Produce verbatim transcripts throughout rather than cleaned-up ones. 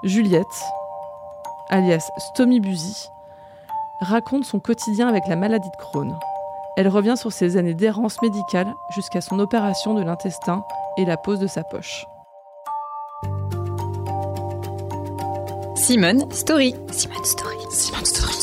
Juliette, alias Stomy Buzy, raconte son quotidien avec la maladie de Crohn. Elle revient sur ses années d'errance médicale jusqu'à son opération de l'intestin et la pose de sa poche. Simone Story. Simone Story. Simone Story.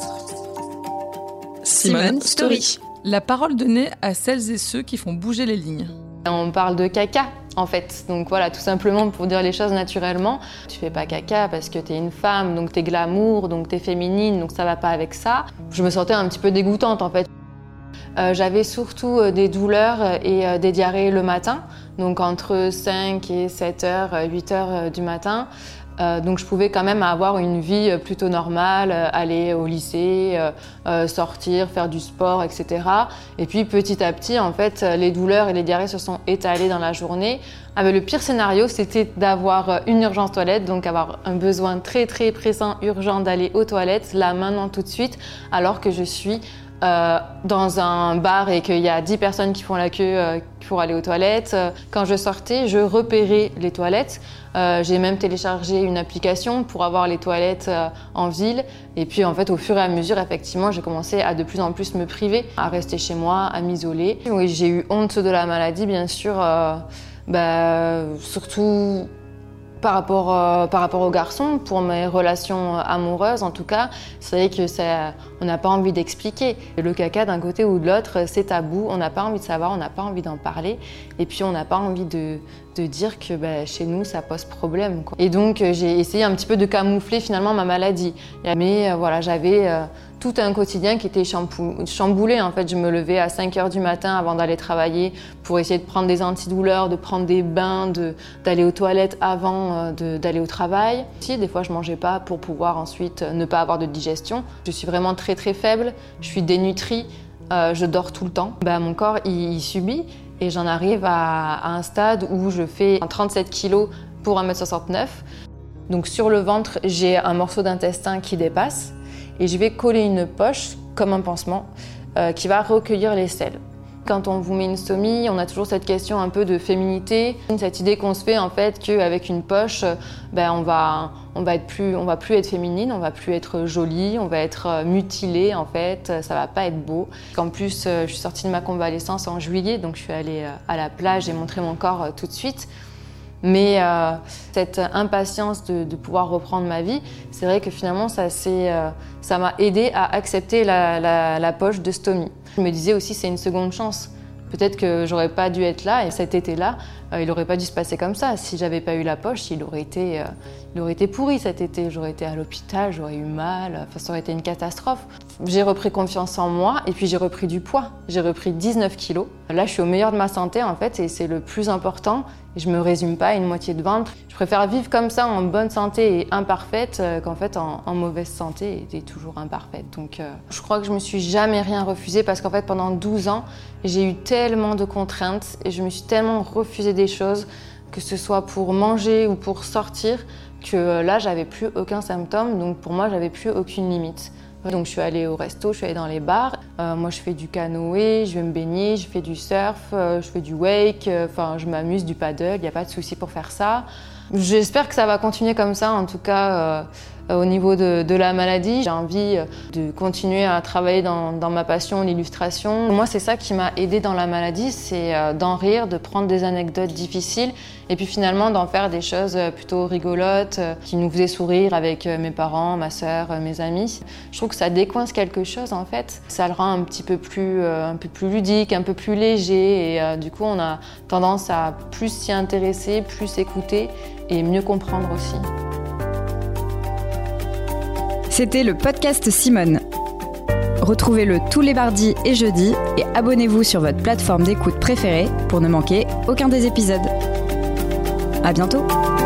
Simone Story. La parole donnée à celles et ceux qui font bouger les lignes. On parle de caca, en fait. Donc voilà, tout simplement pour dire les choses naturellement. Tu fais pas caca parce que t'es une femme, donc t'es glamour, donc t'es féminine, donc ça va pas avec ça. Je me sentais un petit peu dégoûtante, en fait. Euh, j'avais surtout euh, des douleurs et euh, des diarrhées le matin, donc entre cinq et sept heures, huit heures euh, du matin. Euh, donc je pouvais quand même avoir une vie plutôt normale, euh, aller au lycée, euh, euh, sortir, faire du sport, et cetera. Et puis petit à petit, en fait, les douleurs et les diarrhées se sont étalées dans la journée. Ah, mais le pire scénario, c'était d'avoir une urgence toilette, donc avoir un besoin très très pressant, urgent d'aller aux toilettes, là maintenant tout de suite, alors que je suis Euh, dans un bar et qu'il y a dix personnes qui font la queue euh, pour aller aux toilettes. Quand je sortais, je repérais les toilettes. Euh, j'ai même téléchargé une application pour avoir les toilettes euh, en ville. Et puis en fait, au fur et à mesure, effectivement, j'ai commencé à de plus en plus me priver, à rester chez moi, à m'isoler. Oui, j'ai eu honte de la maladie, bien sûr, euh, bah, surtout Par rapport, euh, par rapport aux garçons, pour mes relations amoureuses en tout cas, c'est vrai que ça, on n'a pas envie d'expliquer. Le caca d'un côté ou de l'autre, c'est tabou, on n'a pas envie de savoir, on n'a pas envie d'en parler. Et puis on n'a pas envie de, de dire que bah, chez nous, ça pose problème, quoi. Et donc j'ai essayé un petit peu de camoufler finalement ma maladie. Mais euh, voilà, j'avais euh, tout un quotidien qui était chamboulé. En fait, je me levais à cinq heures du matin avant d'aller travailler pour essayer de prendre des antidouleurs, de prendre des bains, de, d'aller aux toilettes avant euh, de, d'aller au travail. Si, des fois, je mangeais pas pour pouvoir ensuite ne pas avoir de digestion. Je suis vraiment très très faible, je suis dénutrie, euh, je dors tout le temps. Bah, mon corps, il, il subit et j'en arrive à, à un stade où je fais trente-sept kilos pour un mètre soixante-neuf. Donc sur le ventre, j'ai un morceau d'intestin qui dépasse. Et je vais coller une poche, comme un pansement, euh, qui va recueillir les selles. Quand on vous met une stomie, on a toujours cette question un peu de féminité, cette idée qu'on se fait en fait qu'avec une poche, ben, on va, on va être plus, on va plus être féminine, on va plus être jolie, on va être mutilée en fait, ça va pas être beau. En plus, je suis sortie de ma convalescence en juillet, donc je suis allée à la plage et montrer mon corps tout de suite. Mais euh, cette impatience de, de pouvoir reprendre ma vie, c'est vrai que finalement, ça, c'est, euh, ça m'a aidée à accepter la, la, la poche de stomie. Je me disais aussi, c'est une seconde chance. Peut-être que j'aurais pas dû être là et cet été-là, euh, il aurait pas dû se passer comme ça. Si j'avais pas eu la poche, il aurait été, euh, il aurait été pourri cet été. J'aurais été à l'hôpital, j'aurais eu mal, enfin, ça aurait été une catastrophe. J'ai repris confiance en moi et puis j'ai repris du poids. J'ai repris dix-neuf kilos. Là, je suis au meilleur de ma santé en fait et c'est le plus important. Et je me résume pas à une moitié de ventre. Je préfère vivre comme ça en bonne santé et imparfaite euh, qu'en fait en, en mauvaise santé et toujours imparfaite. Donc euh, je crois que je me suis jamais rien refusé parce qu'en fait pendant douze ans, j'ai eu tellement de contraintes et je me suis tellement refusé des choses, que ce soit pour manger ou pour sortir, que euh, là j'avais plus aucun symptôme. Donc pour moi, j'avais plus aucune limite. Donc je suis allée au resto, je suis allée dans les bars. Euh, moi je fais du canoë, je vais me baigner, je fais du surf, euh, je fais du wake, enfin euh, je m'amuse, du paddle, il n'y a pas de souci pour faire ça. J'espère que ça va continuer comme ça, en tout cas euh, au niveau de, de la maladie. J'ai envie de continuer à travailler dans, dans ma passion, l'illustration. Moi c'est ça qui m'a aidée dans la maladie, c'est euh, d'en rire, de prendre des anecdotes difficiles et puis finalement d'en faire des choses plutôt rigolotes euh, qui nous faisaient sourire avec euh, mes parents, ma sœur, euh, mes amis. Je trouve que ça décoince quelque chose en fait. Ça le rend un petit peu plus, euh, un peu plus ludique, un peu plus léger et euh, du coup on a tendance à plus s'y intéresser, plus écouter et mieux comprendre aussi. C'était le podcast Simone. Retrouvez-le tous les mardis et jeudis et abonnez-vous sur votre plateforme d'écoute préférée pour ne manquer aucun des épisodes. À bientôt!